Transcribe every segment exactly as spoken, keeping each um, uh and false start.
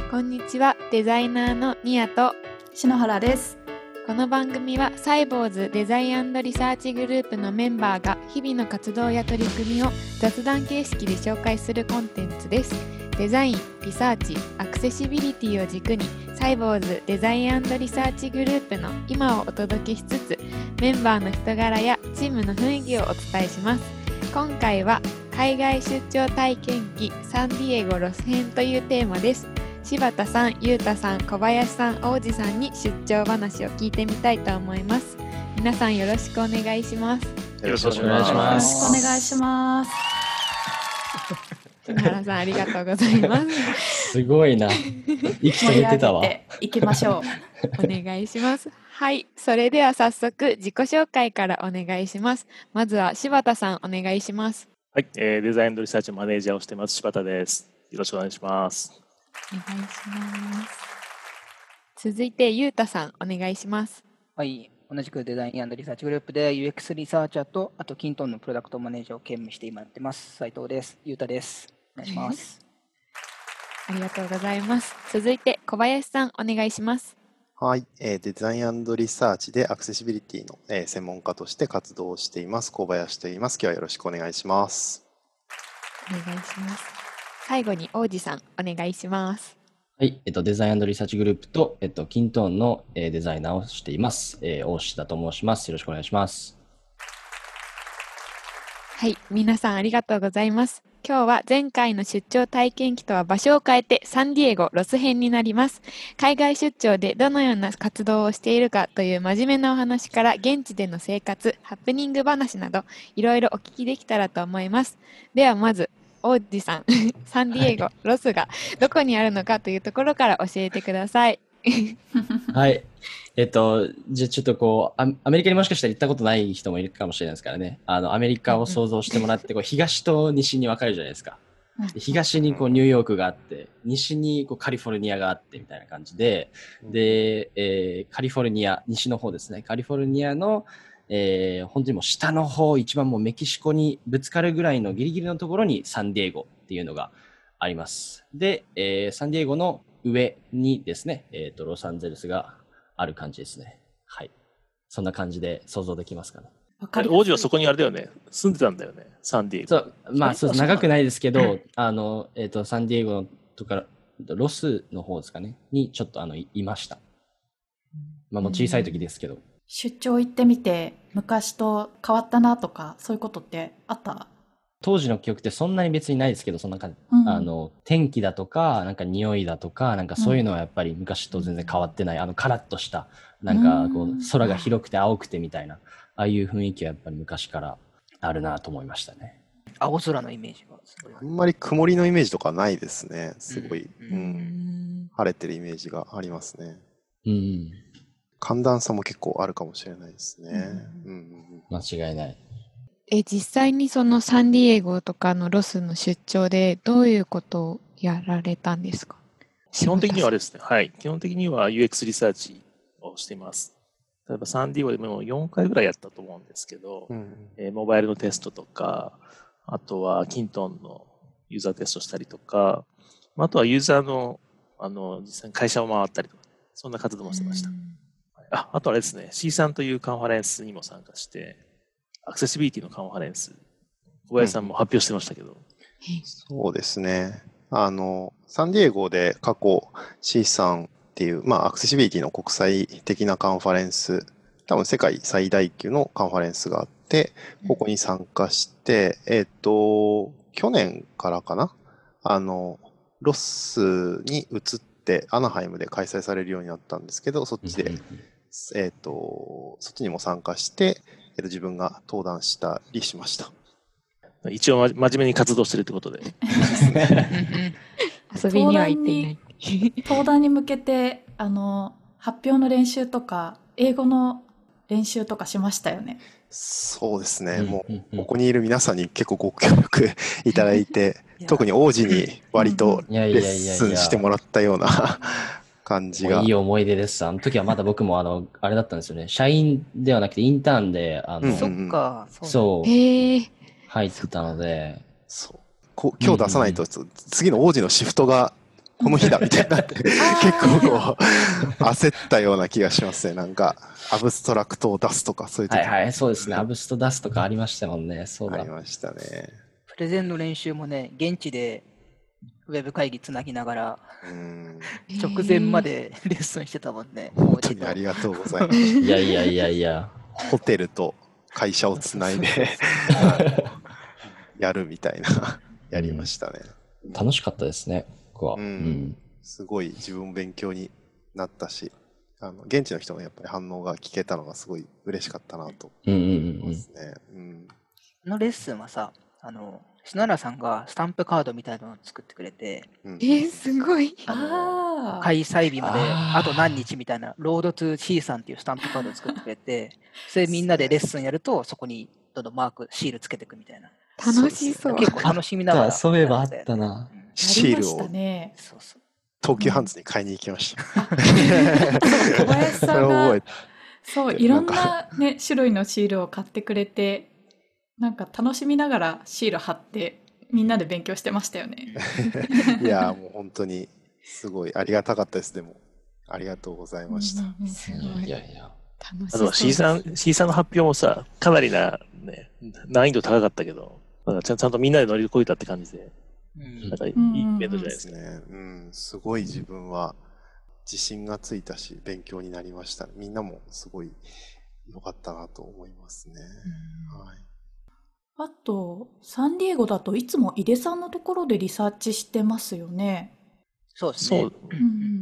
こんにちは、デザイナーのニアと篠原です。 この番組はサイボーズデザイン&リサーチグループのメンバーが日々の活動や取り組みを雑談形式で紹介するコンテンツです。デザイン、リサーチ、アクセシビリティを軸にサイボーズデザイン&リサーチグループの今をお届けしつつ、メンバーの人柄やチームの雰囲気をお伝えします。今回は海外出張体験記サンディエゴロス編というテーマです。柴田さん、ゆうたさん、小林さん、王子さんに出張話を聞いてみたいと思います。皆さんよろしくお願いします。 よろしくお願いします。 よろしくお願いします。 篠原さんありがとうございます。 すごいな。生きててたわ。 行きましょう。お願いします。はい、それでは早速自己紹介からお願いします。まずは柴田さんお願いします。 はい、えー、デザイン&リサーチマネージャーをしてます柴田です。よろしくお願いします。 お願いします。続いてゆうたさんお願いします。 はい、同じくデザイン&リサーチグループで ユーエックス リサーチャーとあとキントンのプロダクトマネージャーを兼務して今やってます斉藤です。ゆうたです。お願いします。 ありがとうございます。続いて小林さんお願いします。 はい、えー、デザイン&リサーチでアクセシビリティの、えー、専門家として活動をしています小林と言います。今日はよろしくお願いします。 お願いします。最後に王子さんお願いします。 はい、えっと、デザイン&リサーチグループと、えっと、キントーンの、えー、デザイナーをしています、えー、大志田と申します。よろしくお願いします。 はい、皆さんありがとうございます。今日は前回の出張体験記とは場所を変えてサンディエゴロス編になります。海外出張でどのような活動をしているかという真面目なお話から現地での生活、ハプニング話などいろいろお聞きできたらと思います。ではまず王子さんサンディエゴ、はい、ロスがどこにあるのかというところから教えてください。 はいえっとじゃあちょっとこうアメリカにもしかしたら行ったことない人もいるかもしれないですからね。あのアメリカを想像してもらってこう東と西に分かれるじゃないですか。東にこうニューヨークがあって西にこうカリフォルニアがあってみたいな感じでで、えー、カリフォルニア西の方ですね。カリフォルニアのえー、本当にもう下の方一番もうメキシコにぶつかるぐらいのギリギリのところにサンディエゴっていうのがあります。で、えー、サンディエゴの上にですね、えーと、ロサンゼルスがある感じですね。はい。そんな感じで想像できますかね。 王子はそこにあれだよね。住んでたんだよね。サンディエゴ。 そう、まあそう長くないですけど、あの、えっと、サンディエゴとかロスの方ですかねにちょっとあのいました。まあもう小さい時ですけど。 出張行ってみて昔と変わったなとかそういうことってあった？ 当時の記憶ってそんなに別にないですけどそんな感じ、うん、あの天気だとかなんか匂いだとかなんかそういうのはやっぱり昔と全然変わってない、うん、あのカラッとしたなんかこう空が広くて青くてみたいなああいう雰囲気はやっぱり昔からあるなと思いましたね。 青空のイメージはあんまり曇りのイメージとかないですね。すごい、うんうん、晴れてるイメージがありますね。 うん寒暖差も結構あるかもしれないですね。うんうん、間違いない。 え、実際にそのサンディエゴとかのロスの出張でどういうことをやられたんですか？ 基本的にはですね、はい、基本的には ユーエックス リサーチをしています。例えばサンディエゴでもよんかいぐらいやったと思うんですけど、うんえー、モバイルのテストとか、あとはキントンのユーザーテストしたりとか、あとはユーザーの、あの実際に会社を回ったりとか、そんな活動もしてました。あ, あとあれですね、シー さんというカンファレンスにも参加して、アクセシビリティのカンファレンス、小林さんも発表してましたけど。うん、 そうですね。あの、サンディエゴで過去 シー さんっていう、まあ、アクセシビリティの国際的なカンファレンス、多分世界最大級のカンファレンスがあって、ここに参加して、うん、えっと、去年からかな、あの、ロスに移って、アナハイムで開催されるようになったんですけど、そっちで、えっと、そっちにも参加して、えっと、自分が登壇したりしました。 一応、真面目に活動してるってことで。 遊びには行っていない。 登壇に向けて、あの、発表の練習とか、英語の練習とかしましたよね。 そうですね。もう、ここにいる皆さんに結構ご協力いただいて、特に王子に割とレッスンしてもらったような感じが。 いい思い出です。あの時はまだ僕もあのあれだったんですよね。社員ではなくてインターンであの、 うん、そっかそう、 へー、 入ってたので、 そうこ今日出さないと、うん、次の王子のシフトがこの日だみたいになって結構こう焦ったような気がしますね。なんかアブストラクトを出すとかそういう時はいはい、そうですね。アブスト出すとかありましたもんね。そうだ。 ありましたね。 プレゼンの練習もね、現地でウェブ会議つなぎながら、 うん直前までレッスンしてたもんね。 本当にありがとうございます。 いやいやいやいや。 ホテルと会社をつないでやるみたいなやりましたね。 楽しかったですね、ここは。 うんうん、 すごい自分も勉強になったし、あの現地の人のやっぱり反応が聞けたのがすごい嬉しかったなと思いますね。 このレッスンはさ、あの篠原さんがスタンプカードみたいなのを作ってくれて、 うん、 えー、すごい。 あのあー開催日まであーあと何日みたいな、ロードトゥー C さんっていうスタンプカードを作ってくれて、それみんなでレッスンやると、そこにどんどんマーク、シールつけていくみたいな。 楽しそう。 結構楽しみながら。 そういえばあったな。 うんシールやりましたをね。 そうそう。 東急ハンズに買いに行きました。 小林さんそれを覚がえてそういろんな、ね、種類のシールを買ってくれて、なんか楽しみながらシール貼ってみんなで勉強してましたよね。 いやもう本当にすごいありがたかったです。でもありがとうございました。 うんうんうんすごいい。 やいや。 楽しそう。 あの C さん、C さんの発表もさ、かなりな、ね、難易度高かったけど、なんかちゃんちゃんとみんなで乗り越えたって感じで、 うんなんかいいイうんベントじゃないでですすか。 ね。うん、すごい自分は自信がついたし勉強になりました。みんなもすごい良かったなと思いますね。はい。 あとサンディエゴだといつも井出さんのところでリサーチしてますよね。 そうですね。 そう、 うんうん、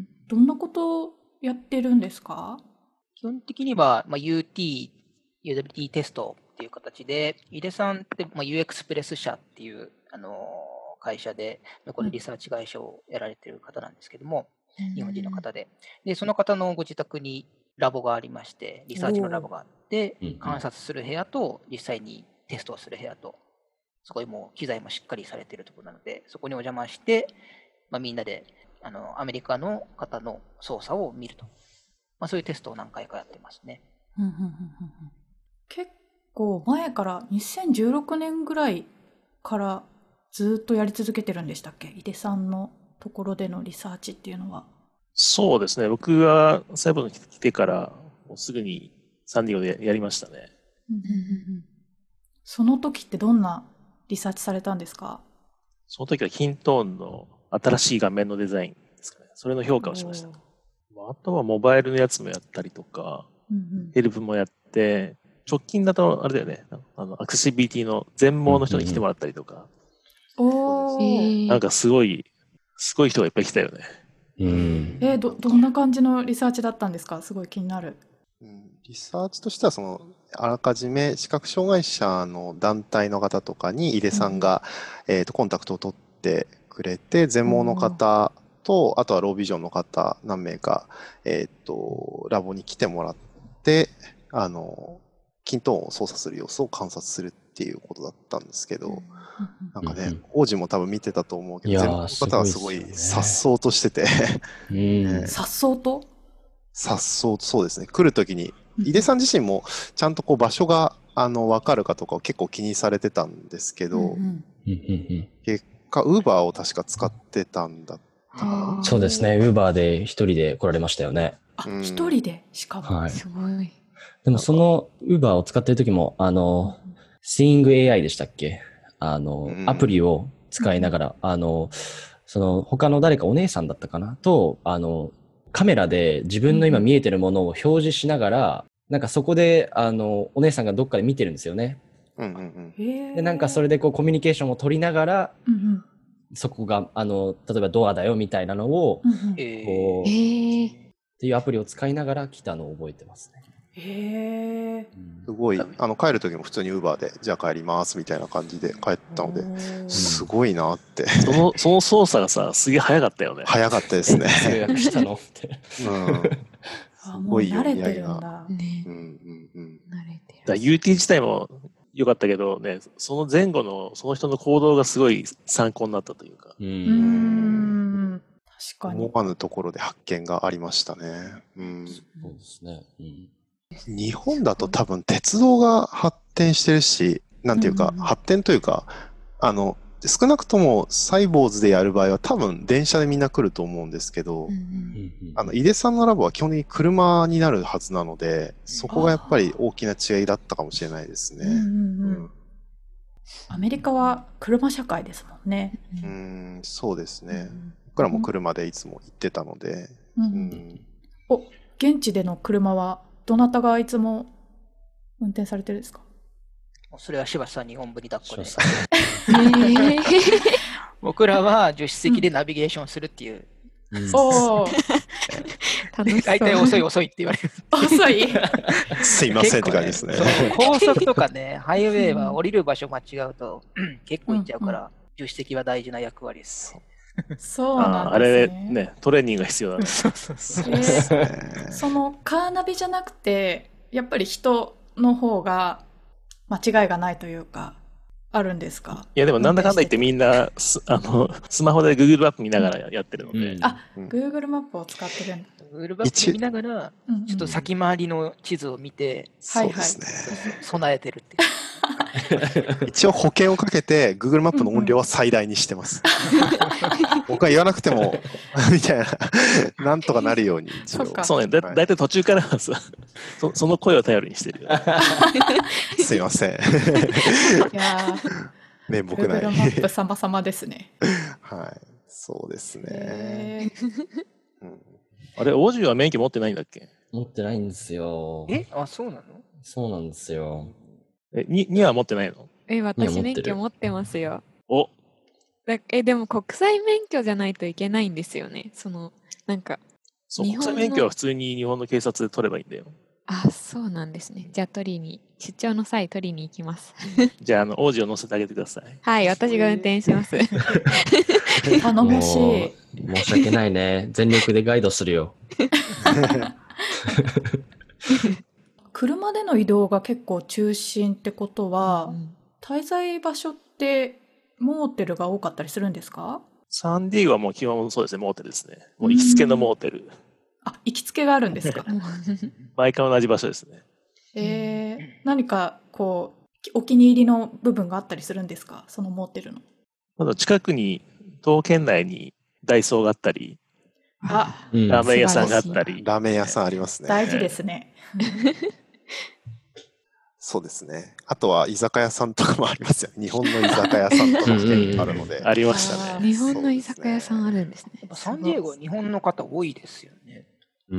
どんなことをやってるんですか？ 基本的には、まあ、ユーティー、ユーダブリューティー テストっていう形で、井出さんって、まあ、ユーエクスプレス社っていう、あのー会社で、このリサーチ会社をやられている方なんですけども、日本人の方で。で、その方のご自宅にラボがありまして、リサーチのラボがあっておー、 観察する部屋と、実際にテストをする部屋と、そこにもう機材もしっかりされているところなので、そこにお邪魔して、まあ、みんなであのアメリカの方の操作を見ると。まあ、そういうテストを何回かやってますね。 うんうんうんうんうん結構前からにせんじゅうろくねんぐらいからずっとやり続けてるんでしたっけ？井出さんのところでのリサーチっていうのは。 そうですね。僕がサイボーズに来てから、もうすぐにサンディエゴでやりましたね。 うんうんうんうんその時ってどんなリサーチされたんですか？ その時はキントーンの新しい画面のデザインですかね。それの評価をしました。あとはモバイルのやつもやったりとか、 うんうんヘルプもやって、直近だとあれだよね、あのアクセシビリティの全盲の人に来てもらったりとか、 おーなんかすごい、すごい人がいっぱい来たよね。 うん。 えーど、どんな感じのリサーチだったんですか？すごい気になる。 うんリサーチとしてはそのあらかじめ視覚障害者の団体の方とかに井出さんが、えーとコンタクトを取ってくれて、全盲の方とあとはロービジョンの方何名か、えーとラボに来てもらってあのキントーンを操作する様子を観察するっていうことだったんですけど、なんかね、 うんうん王子も多分見てたと思うけいやーど、全盲の方はすごいすごいっすよね颯爽としててうんねさっそうと颯爽とそうですね、来るときに井出さん自身もちゃんとこう場所があの分かるかとかを結構気にされてたんですけど、 うんうんうんうん結果ウーバーを確か使ってたんだったかあなーそうですね、ウーバーで一人で来られましたよね。 あうん一人でしかも、 はい。 すごい。 でもそのウーバーを使ってる時も、あの、Seeing エーアイ でしたっけ？あの、 うんアプリを使いながら、あの、その他の誰かお姉さんだったかなと、あの、カメラで自分の今見えてるものを表示しながら、なんかそこで、あの、お姉さんがどっかで見てるんですよね。 うんうんうんへーで、なんかそれでこうコミュニケーションを取りながら、 うんそこが、あの、例えばドアだよみたいなのを、 うんうんうんえーこう、 えっー、 ていうアプリを使いながら来たのを覚えてますね。 へえすごいあの帰る時も普通にウーバーでじゃあ帰りますみたいな感じで帰ったので、すごいなってその、その操作がさ、すげえ早かったよね。 早かったですね。 予約したのって。 うんあもうすごい慣れて読み合いが。 るんだ。 ねうんうんうん慣れてだからる。 ユーティー 自体も良かったけどね、その前後のその人の行動がすごい参考になったというか。 う。 うんん確かに思。わぬところで発見がありましたね。うんそうですね。うん。 日本だと多分鉄道が発展してるし、なんていうか、 うんうん発展というか、あの、 少なくともサイボーズでやる場合は多分電車でみんな来ると思うんですけど、 うんうん、 あの井出さんのラボは基本的に車になるはずなので、そこがやっぱり大きな違いだったかもしれないですね。うんうんうん、 アメリカは車社会ですもんね。 うん、そうですね。僕らも車でいつも行ってたので。うんうん、 お、現地での車はどなたがいつも運転されてるんですか？ それは柴田さんにおんぶに抱っこで。僕らは助手席でナビゲーションするっていう。 うん、お大体遅い遅いって言われる。 遅いすいませんって感じですね。 高速とかね、ハイウェイは降りる場所間違うと結構行っちゃうから、うんうん、助手席は大事な役割です。 そうなんですね。 あれね、トレーニングが必要なんです。 そのカーナビじゃなくて、やっぱり人の方が間違いがないというか、あるんですか？ いやでもなんだかんだ言ってみんなスあのスマホで Google マップ見ながらやってるので、 うん、あ、うん、Google マップを使ってるんだ。 Google マップ見ながらちょっと先回りの地図を見て、 そうですね、 備えてるっていう。 一応保険をかけて Google マップの音量は最大にしてます。うんうん、僕は言わなくてもみたいな、なんとかなるように一応。 そうね、だ、はい、だいたい途中からはさそ、その声を頼りにしてるよ。 すいません。いやね、僕ない。 Google マップ様々ですね。 はい、そうですね。 うん、あれ、オジュは免許持ってないんだっけ？ 持ってないんですよ。 え、あ、そうなの？ そうなんですよ。 え、に、には持ってないの？ え、私免許持ってますよ。 おだえ、でも国際免許じゃないといけないんですよね。その、なんか。 そう、国際免許は普通に日本の警察で取ればいいんだよ。 あ、そうなんですね。じゃあ取りに、出張の際取りに行きます。 じゃあ、あの、王子を乗せてあげてください。 はい、私が運転します。 頼もしい。 申し訳ないね。全力でガイドするよ。 車での移動が結構中心ってことは、うん、滞在場所ってモーテルが多かったりするんですか？ サンディエゴはもう基本そうですね、モーテルですね。もう行きつけのモーテル。 あ、行きつけがあるんですか？ 毎回同じ場所ですね。 えー、何かこうお気に入りの部分があったりするんですか？そのモーテルの。 まだ近くに東県内にダイソーがあったり、 あ、 ラーメン屋さんがあったり、 ラーメン屋さんありますね。 大事ですね。 そうですね。あとは居酒屋さんとかもありますよ。日本の居酒屋さんとかもあるので。 ありましたね。 日本の居酒屋さんあるんですね。 サンディエゴは日本の方多いですよね。 うん。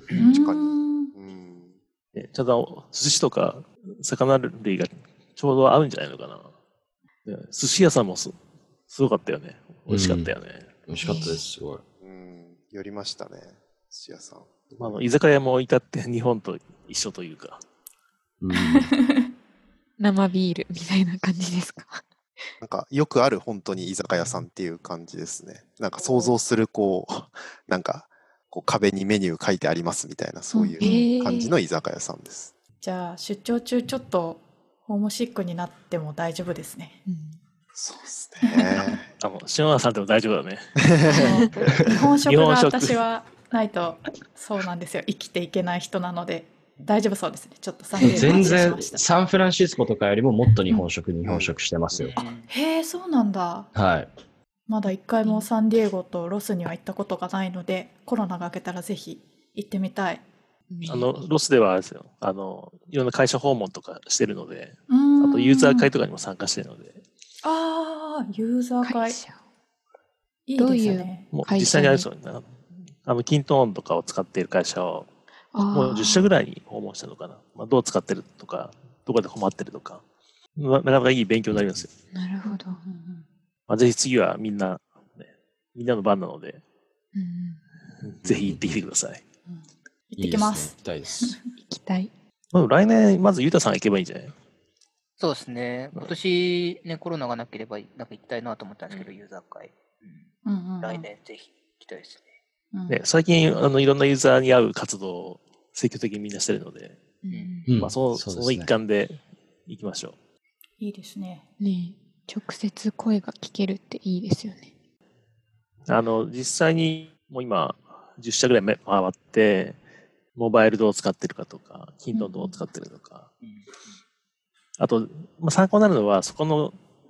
確かに。うん。 ちょうど寿司とか魚類がちょうど合うんじゃないのかな。寿司屋さんも す, すごかったよね。美味しかったよね。 美味しかったです、すごい。 うん。寄りましたね。寿司屋さん。 あの居酒屋も至って日本と一緒というか。 うん、 生ビールみたいな感じですか？ なんかよくある本当に居酒屋さんっていう感じですね。なんか想像するこうなんかこう壁にメニュー書いてありますみたいな、そういう感じの居酒屋さんです。 うん、じゃあ出張中ちょっとホームシックになっても大丈夫ですね。うん、 そうですね。 あ、もう篠原さんでも大丈夫だね。 日本食が私はないとそうなんですよ。生きていけない人なので。大丈夫そうですね。ちょっとサンディエゴ全然サンフランシスコとかよりももっと日本食、うん、日本食してますよ。 あ、へえ、そうなんだ。 はい。 まだ一回もサンディエゴとロスには行ったことがないので、コロナが明けたらぜひ行ってみたい。 あのロスではあれですよ。あのいろんな会社訪問とかしてるので、あとユーザー会とかにも参加してるので。 ああ、ユーザー会。いいどうですいうね。 もう実際にあれですよね。あのキントーンとかを使っている会社を。もうじゅっしゃぐらいに訪問したのかな。まあ、どう使ってるとか、どこで困ってるとか、なかなかいい勉強になりますよ。 なるほど。 まあ、ぜひ次はみんな、ね、みんなの番なので、うん、ぜひ行ってきてください。 うん、行ってきます。 行きたいです。 行きたい。 まあ、来年、まずゆうたさん行けばいいんじゃない？ そうですね。今年、ね、コロナがなければなんか行きたいなと思ったんですけど、ユーザー会。うんうんうん、来年ぜひ行きたいですね。 ね、最近あのいろんなユーザーに会う活動を積極的にみんなしてるので、うんまあ、その、その一環で行きましょう。 いいですね。 ね、直接声が聞けるっていいですよね。 あの実際にもう今じゅっしゃぐらい回ってモバイルどう使ってるかとか、キントンどう使ってるのか、うん、あと、まあ、参考になるのはそこの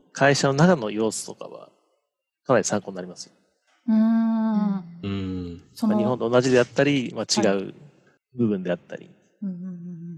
会社の中の要素とかはかなり参考になりますよ。 うーん。 うん。 そのまあ、日本と同じであったり、まあ、違う部分であったり、はい、 うんうんうん、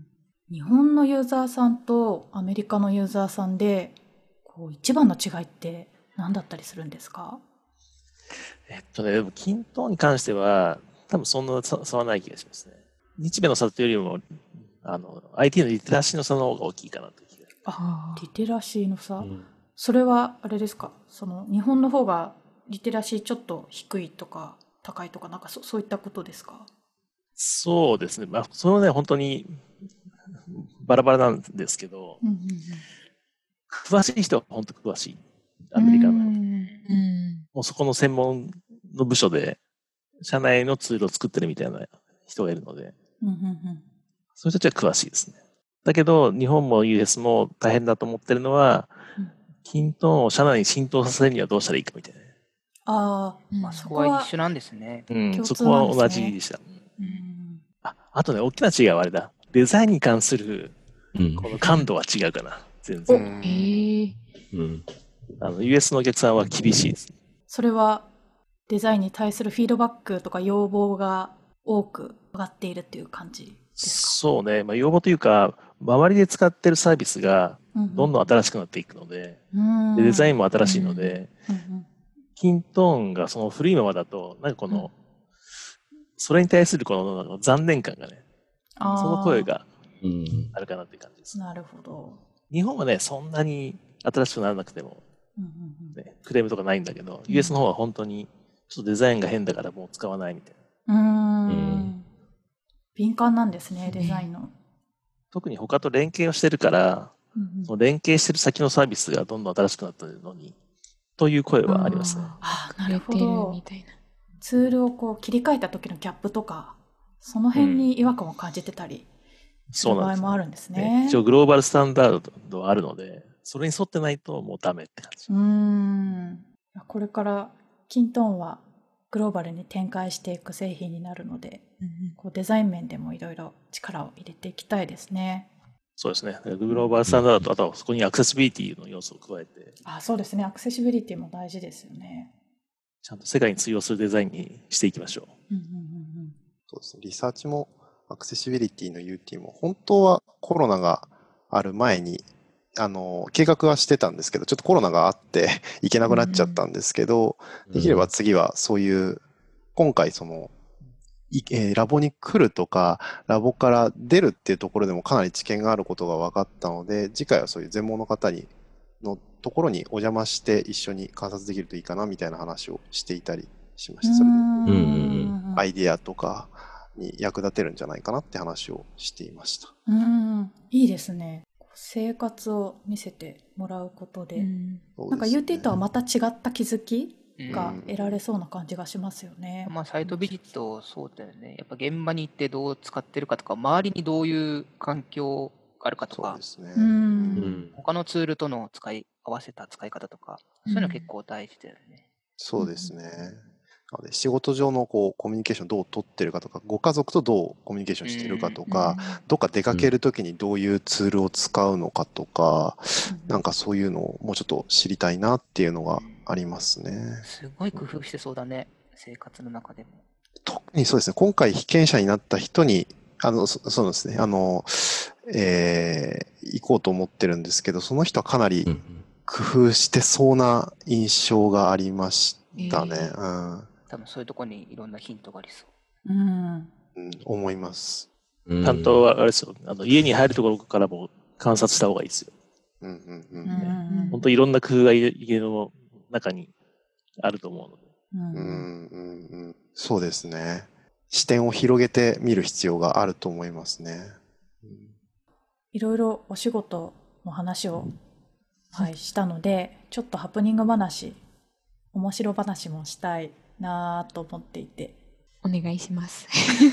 日本のユーザーさんとアメリカのユーザーさんでこう一番の違いって何だったりするんですか？ えっとね、でもキントーンに関しては多分そんな差はない気がしますね。日米の差というよりもあの アイティー のリテラシーの差の方が大きいかなという気が。 あ、リテラシーの差、うん、それはあれですか、その日本の方がリテラシーちょっと低いとか高いとか、なんか そ, そういったことですか？ そうですね、まあ、それはね本当にバラバラなんですけど、うんうんうん、詳しい人は本当に詳しい、アメリカの、うん、もうそこの専門の部署で社内のツールを作ってるみたいな人がいるので、うんうんうん、そういう人たちは詳しいですね。だけど日本も ユーエス も大変だと思ってるのは、うん、キントーンを社内に浸透させるにはどうしたらいいかみたいな。 ああ、まあ、そこは一緒なんですね。 うん、そこは同じでした。うん、あ, あとね、大きな違いはあれだ。デザインに関するこの感度は違うかな、全然。へえ。うん。あの ユーエス のお客さんは厳しいです。 それはデザインに対するフィードバックとか要望が多く上がっているっていう感じですか？ そうね、まあ、要望というか、周りで使ってるサービスがどんどん新しくなっていくので、うんうん、でデザインも新しいので、うんうんうん、キントーンがその古いままだと、なんかこの、うん、それに対するこの残念感がね、その声があるかなっていう感じです。 なるほど。 日本はね、そんなに新しくならなくても、うんうんうんね、クレームとかないんだけど、うん、ユーエス の方は本当にちょっとデザインが変だからもう使わないみたいな。うーん、 うん、敏感なんですね、デザインの。 特に他と連携をしてるから、うんうん、その連携してる先のサービスがどんどん新しくなってるのに、という声はありますね。 ああ、なるほど。ツールをこう切り替えた時のギャップとか、その辺に違和感を感じてたりする場合もあるんですね。うん、そうなんですね。 一応グローバルスタンダードはあるので、それに沿ってないともうダメって感じ。 うーん。これからキントーンはグローバルに展開していく製品になるので、うん、こうデザイン面でもいろいろ力を入れていきたいですね。 そうですね。グローバルスタンダードと、あとはそこにアクセシビリティの要素を加えて。 あ、そうですね。アクセシビリティも大事ですよね。 ちゃんと世界に通用するデザインにしていきましょう。うんうんうんうん、 そうですね。リサーチもアクセシビリティの ユーティー も本当はコロナがある前にあの計画はしてたんですけど、ちょっとコロナがあって行けなくなっちゃったんですけど、うん、できれば次はそういう今回そのえー、ラボに来るとかラボから出るっていうところでもかなり知見があることが分かったので、次回はそういう全盲の方にのところにお邪魔して一緒に観察できるといいかなみたいな話をしていたりしました。それでアイディアとかに役立てるんじゃないかなって話をしていました。 うん、いいですね。生活を見せてもらうことで、うん、なんか ユーティー とはまた違った気づきが得られそうな感じがしますよね。 うん、まあ、サイトビジットそうだよね。やっぱ現場に行ってどう使ってるかとか、周りにどういう環境があるかとか、そうですね、うん、他のツールとの使い合わせた使い方とか、そういうの結構大事だよね。うん、 そうですね。なので仕事上のこうコミュニケーションどう取ってるかとか、ご家族とどうコミュニケーションしてるかとか、うん、どっか出かけるときにどういうツールを使うのかとか、うん、なんかそういうのをもうちょっと知りたいなっていうのがありますね。 すごい工夫してそうだね、生活の中でも。 特にそうですね、今回被験者になった人に、あの、そそうですね、あの、えー、行こうと思ってるんですけど、その人はかなり工夫してそうな印象がありましたね。えー、うん。 多分そういうところにいろんなヒントがありそう。 うん。 うん、思います。 担当はあれですよ、あの家に入るところからも観察した方がいいですよ。うんうんうん。ね、本当いろんな工夫が家の中にあると思うので。 うんうんうん、そうですね。視点を広げて見る必要があると思いますね。うん、 いろいろお仕事の話を、はい、したので、ちょっとハプニング話、面白話もしたいなと思っていて。 お願いします。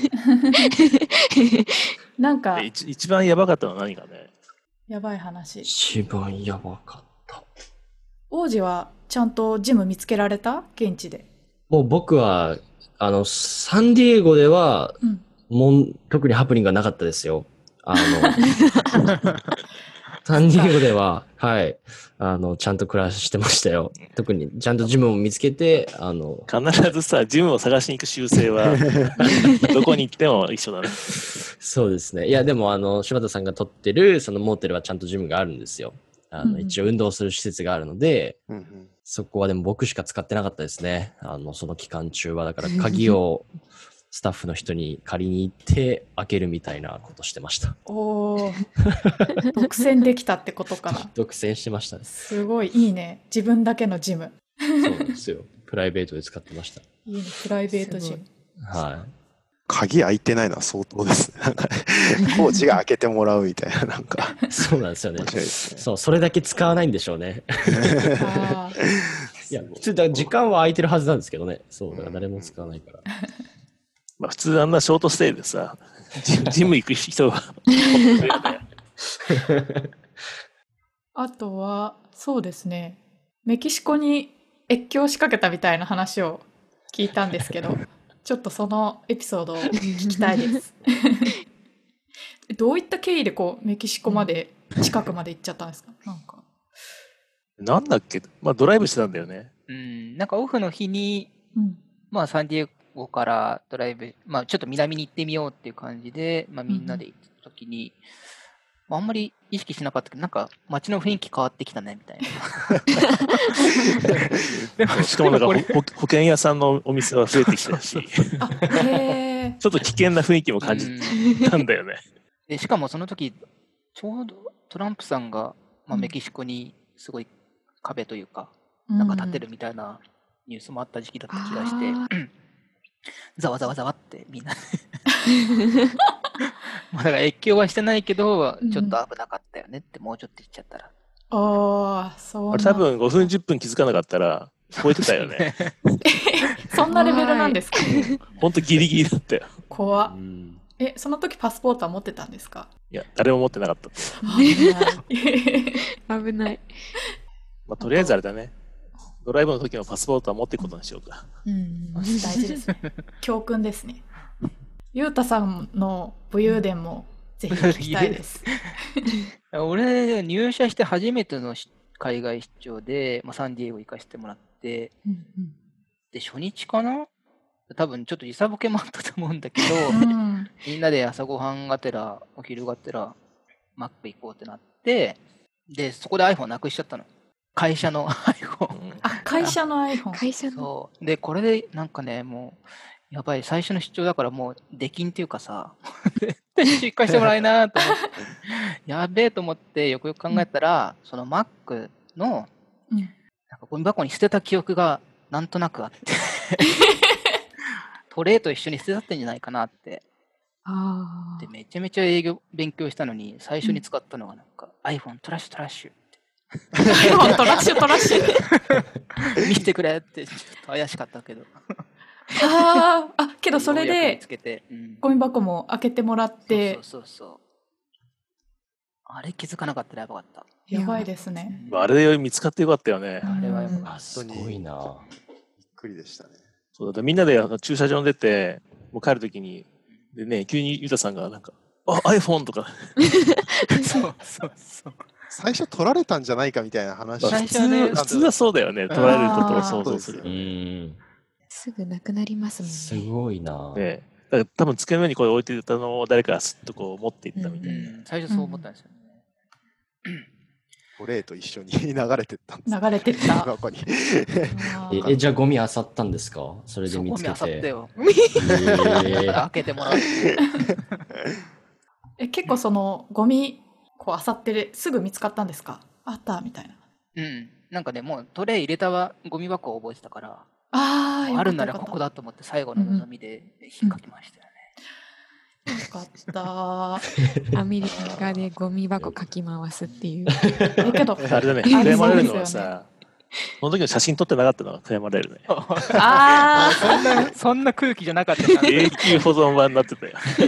なんか一番やばかったのは何かね。 やばい話。 一番やばかった。 王子はちゃんとジム見つけられた？現地で。 もう僕は、あの、サンディエゴでは、うん、もう特にハプニングがなかったですよ。あの、 サンディエゴでは、はい、あの、ちゃんと暮らしてましたよ。特に、ちゃんとジムを見つけて、あの、 必ずさ、ジムを探しに行く習性は、どこに行っても一緒だね。 そうですね。いや、でも、あの、柴田さんが取ってる、そのモーテルはちゃんとジムがあるんですよ。あの、一応運動する施設があるので、うんうん、そこはでも僕しか使ってなかったですね。あの、その期間中は。だから、鍵を、スタッフの人に借りに行って開けるみたいなことしてました。 おー独占できたってことかな。 独占してましたね。 すごいいいね。自分だけのジム。 そうなんですよ。プライベートで使ってました。 いいね、プライベートジム。 はい。 鍵開いてないのは相当ですね。なんかコーチが開けてもらうみたいな、なんか。 そうなんですよね。 面白いですね。 そう、それだけ使わないんでしょうね。あいや、普通だ時間は空いてるはずなんですけどね。そう、だから誰も使わないから。 まあ普通あんなショートステイでさ、ジ, ジム行く人はあとはそうですね、メキシコに越境仕掛けたみたいな話を聞いたんですけど、ちょっとそのエピソードを聞きたいですどういった経緯でこうメキシコまで近くまで行っちゃったんですか？なんかなんだっけ、まあドライブしてたんだよね。 うん、なんかオフの日に、うん、まあサンディエゴここからドライブ、まあ、ちょっと南に行ってみようっていう感じで、まあ、みんなで行った時に、うん、あんまり意識しなかったけど、なんか街の雰囲気変わってきたねみたいな。でもしかもなんか保険屋さんのお店は増えてきたし、あへちょっと危険な雰囲気も感じたんだよね。 でしかもその時ちょうどトランプさんが、まあ、メキシコにすごい壁というか、うん、なんか立てるみたいなニュースもあった時期だった気がして。ざわざわざわってみんなまあだから越境はしてないけど、ちょっと危なかったよねって、もうちょっと言っちゃったら。 ああ、そう。 あれ多分ごふんじゅっぷん気づかなかったら超えてたよね。 そんなレベルなんですか？ ほんとギリギリだったよ。 怖っ。え、その時パスポートは持ってたんですか？ いや、誰も持ってなかった。 危ない。危ない。 まあとりあえずあれだね。ドライブの時のパスポートは持っていくことにしようか。 うん、大事ですね。教訓ですね。ゆうたさんの武勇伝もぜひ聞きたいです。 俺、入社して初めての海外出張で、まあ、サンディエゴ行かせてもらって、うんうん、で、初日かな？多分ちょっと時差ボケもあったと思うんだけど、うん、みんなで朝ごはんがてら、お昼がてら、マック行こうってなって、で、そこで iPhone なくしちゃったの。会社の iPhone。 あ、会社の iPhone。 会社の。 そう。で、これでなんかね、もう、やばい、最初の出張だからもう、出禁っていうかさ、出荷してもらえなと思って、やべえと思って、よくよく考えたら、うん、その Mac の、うん、なんかゴミ箱に捨てた記憶がなんとなくあって、トレイと一緒に捨てたってんじゃないかなって。あで、めちゃめちゃ営業勉強したのに、最初に使ったのがなんか、うん、iPhone トラッシュトラッシュ。 iPhone トラッシュトラッシュ見せてくれってちょっと怪しかったけどああけどそれでゴミ箱も開けてもらってそうそうそうあれ気づかなかったらやばかったやばいですね、 うん、あれ見つかってよかったよねあれはやばかった、 すごいなびっくりでしたねそうだみんなで駐車場に出てもう帰るときにでね急にゆたさんがなんかあ iPhone とかそうそうそう最初取られたんじゃないかみたいな話、 まあ、普通は普通はそうだよね取られることを想像する、ね、 うんすぐなくなりますもんねすごいな、 ね、だから多分机の上にこれ置いてたのを誰かがすっとこう持っていったみたいな、うんうん、最初そう思ったんですよね、 トレイと一緒に流れてったんです流れてった中にえじゃあゴミ漁ったんですかそれで見つけてゴミ漁ったよ、えー、開けてもらってえ結構そのゴミこう漁ってすぐ見つかったんですかあったみたいなうんなんかねもうトレイ入れたはゴミ箱を覚えてたからああるならここだと思って最後の望みで引っかきましたよね、 うんうん、よかったアメリカでゴミ箱かき回すっていうえけどあれだね悔やまれるのはさその時の写真撮ってなかったのが悔やまれるねああそんなそんな空気じゃなかった永久保存版になってた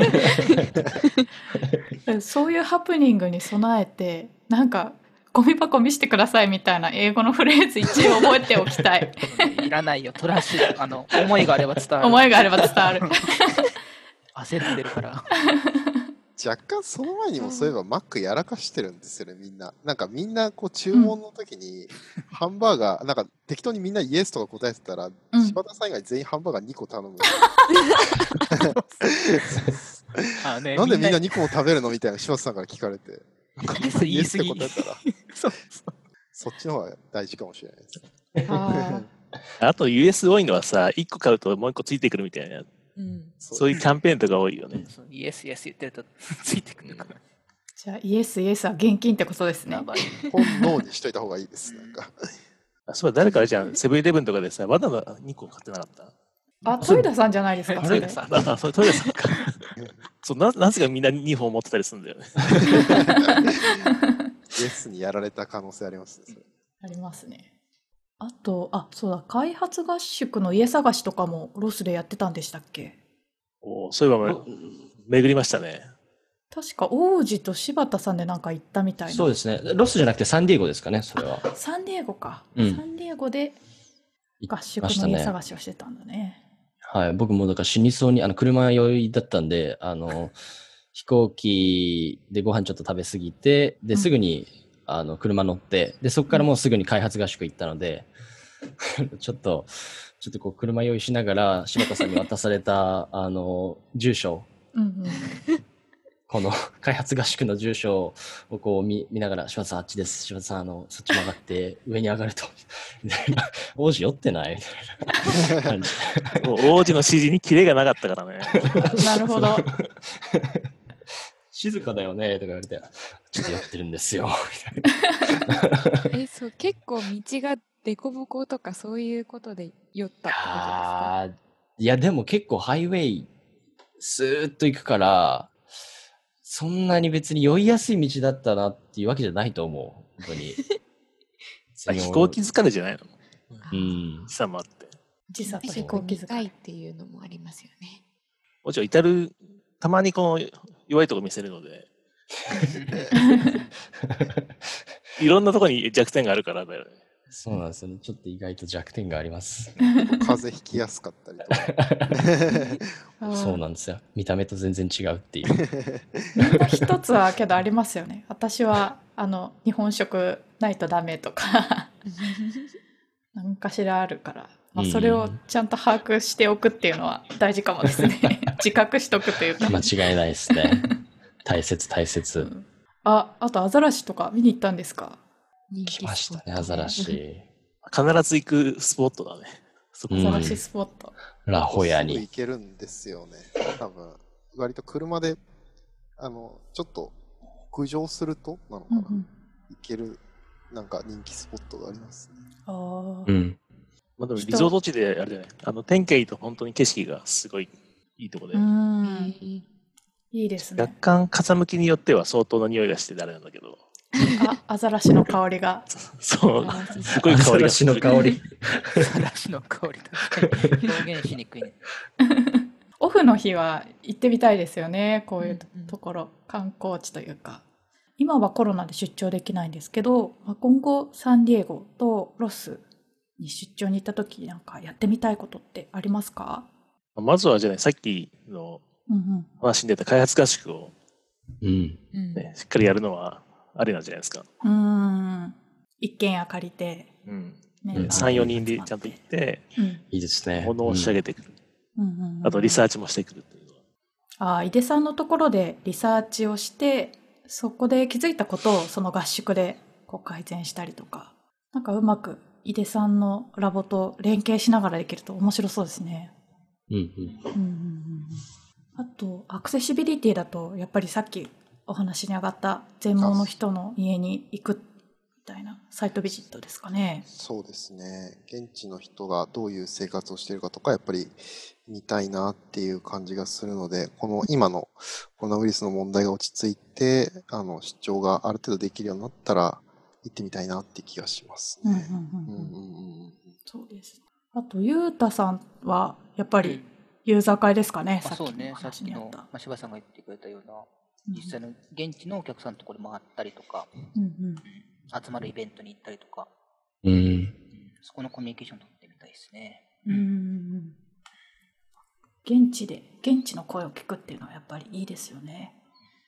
よそういうハプニングに備えてなんかゴミ箱見せてくださいみたいな英語のフレーズ一応覚えておきたいいらないよトラッシュあの思いがあれば伝わる思いがあれば伝わる焦ってるから若干その前にもそういえばマックやらかしてるんですよね、みんな。なんかみんなこう注文の時にハンバーガー、なんか適当にみんなイエスとか答えてたら、 うん、 柴田さん以外全員ハンバーガーにこ頼む。 あね、 なんでみんなにこも食べるのみたいな柴田さんから聞かれて。 イエス言い過ぎ。 イエスって答えたらそうそっちの方が大事かもしれないです。 ああと ユーエス 多いのはさ、いっこ買うともういっこついてくるみたいな、 うん、 そういうキャンペーンとか多いよね。 イエスイエス言ってるとついてくるから。 じゃあイエスイエスは現金ってことですね。 本能にしといた方がいいです。なんかあ、そういえば誰かじゃん、セブンイレブンとかでさ、わざわざにこ買ってなかった？ あ、トイレさんじゃないですか。 トイレさん。 あ、それトイレさんか。そう、な、なぜかみんなにほん持ってたりするんだよね。 イエスにやられた可能性ありますね。それありますね。あと、あ、そうだ、開発合宿の家探しとかもロスでやってたんでしたっけ？ お、そういえば巡りましたね。 確か王子と柴田さんでなんか行ったみたいな。 そうですね。ロスじゃなくてサンディエゴですかね、それは。 サンディエゴか。 うん、 サンディエゴで合宿の家探しをしてたんだね。 はい、僕もだから死にそうに、あの車酔いだったんで、あの飛行機でご飯ちょっと食べ過ぎて、ですぐに、うん、あの車乗って、でそこからもうすぐに開発合宿行ったので、うん、ちょっとちょっとこう車酔いしながら柴田さんに渡されたあの住所、うんうん、この開発合宿の住所をこう 見, 見ながら、柴田さんあっちです、柴田さんあのそっち曲がって上に上がると王子酔ってないみたいな感じもう王子の指示にキレがなかったからね。 なるほど。 静かだよねとか言われて、ちょっと酔ってるんですよみたいな。 え、そう、結構道がデコボコとかそういうことで酔ったってことですか？ いやでも結構ハイウェイスーッと行くから、そんなに別に酔いやすい道だったなっていうわけじゃないと思う。本当に。 飛行機疲れじゃないの？ うん。 時差もあって。 時差と飛行機疲れっていうのもありますよね。 もちろん至る、たまにこの弱いところ見せるので。いろんなところに弱点があるからだよね。 そうなんですよね。ちょっと意外と弱点があります。 風邪ひきやすかったりとか。そうなんですよ。見た目と全然違うっていう。 みんな一つはけどありますよね。私はあの日本食ないとダメとか何かしらあるから、まあ、それをちゃんと把握しておくっていうのは大事かもですね。自覚しとくというか。 間違いないですね。大切大切。うん、 あ、あとアザラシとか見に行ったんですか？ 来ましたね、アザラシ。 必ず行くスポットだね。 そこアザラシスポット。 ラホヤに。 行けるんですよね。多分、割と車で、あの、ちょっと北上するとなのかな、うんうん、行ける、なんか人気スポットがありますね。 ああ。 うん。 まあでもリゾート地であれじゃない。あの、天気がいいと本当に景色がすごいいいところで。 うん。いいですね。 若干風向きによっては相当な匂いがしてあれなんだけど。 あ、アザラシの香りが。 そう、すごい香りがする。アザラシの香り。 アザラシの香り確かに表現しにくいね。 オフの日は行ってみたいですよね。こういうところ、うんうん、観光地というか。今はコロナで出張できないんですけど、今後サンディエゴとロスに出張に行った時なんかやってみたいことってありますか？ まずはじゃない、さっきの話に出た開発合宿を、 うんね、しっかりやるのはありなんじゃないですか。 うーん、一軒家借りて、 うんね、さん、よにんでちゃんと行って、 うん、いいですね。 物を仕上げてくる、うん、あとリサーチもしてくるっていうのは。あ、井出さんのところでリサーチをして、そこで気づいたことをその合宿でこう改善したりとか、なんかうまく井出さんのラボと連携しながらできると面白そうですね。 うんうんうんうんうん、 あとアクセシビリティだとやっぱりさっきお話に上がった全盲の人の家に行くみたいなサイトビジットですかね。 そうですね。現地の人がどういう生活をしているかとかやっぱり見たいなっていう感じがするので、この今のコロナウイルスの問題が落ち着いてあの出張がある程度できるようになったら行ってみたいなって気がしますね。 そうです。あとゆうたさんはやっぱりユーザー会ですかね。 うん、さっきの話にあった。まあ、柴さんが言ってくれたような実際の現地のお客さんのところに回ったりとか、うんうん、集まるイベントに行ったりとか、 うんうん、 そこのコミュニケーション取ってみたいですね。 うん、現地で現地の声を聞くっていうのはやっぱりいいですよね。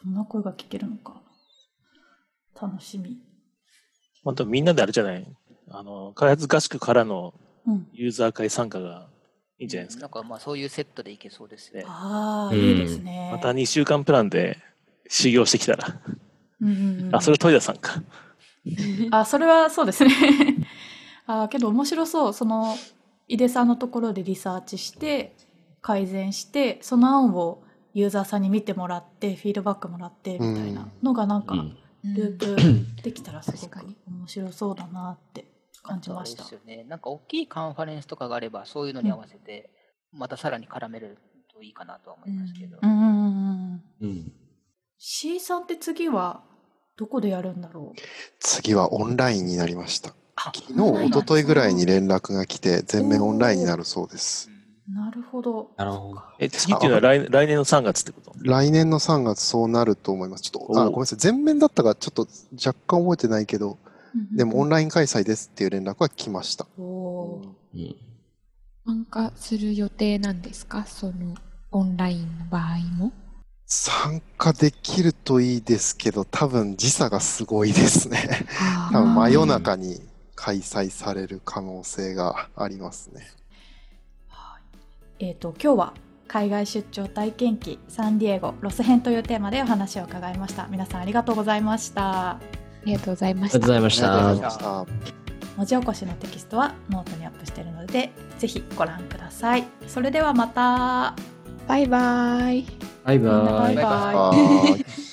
どんな声が聞けるのか楽しみ。 またみんなであれじゃない、あの開発合宿からのユーザー会参加がいいんじゃないですか。 なんかまあそういうセットでいけそうですね。 ああ、いいですね。 またにしゅうかんプランで修行してきたら。 うんうんうん、 あ、それ豊田さんか。 あ、それはそうですね。あ、けど面白そう。その井出さんのところでリサーチして改善して、その案をユーザーさんに見てもらってフィードバックもらってみたいなのがなんかループできたらすごく面白そうだなって感じました。 そうですよね。なんか大きいカンファレンスとかがあればそういうのに合わせてまたさらに絡めるといいかなとは思いますけど。 うんうんうんうん。C さんって次はどこでやるんだろう。 次はオンラインになりました。昨日一昨日ぐらいに連絡が来て全面オンラインになるそうです。 なるほど。 なるほど。 え、次っていうのは来来年のさんがつってこと？ 来年のさんがつそうなると思います。ちょっとあごめんなさい、全面だったかちょっと若干覚えてないけど、でもオンライン開催ですっていう連絡は来ました。 おー、参加する予定なんですか、そのオンラインの場合も？ 参加できるといいですけど、多分時差がすごいですね。多分真夜中に開催される可能性がありますね。 えーと、今日は海外出張体験記サンディエゴロス編というテーマでお話を伺いました。皆さんありがとうございました。 ありがとうございました。 ありがとうございました。 文字起こしのテキストはノートにアップしているのでぜひご覧ください。それではまた。 バイバイ。 バイバイ。 バイバイ。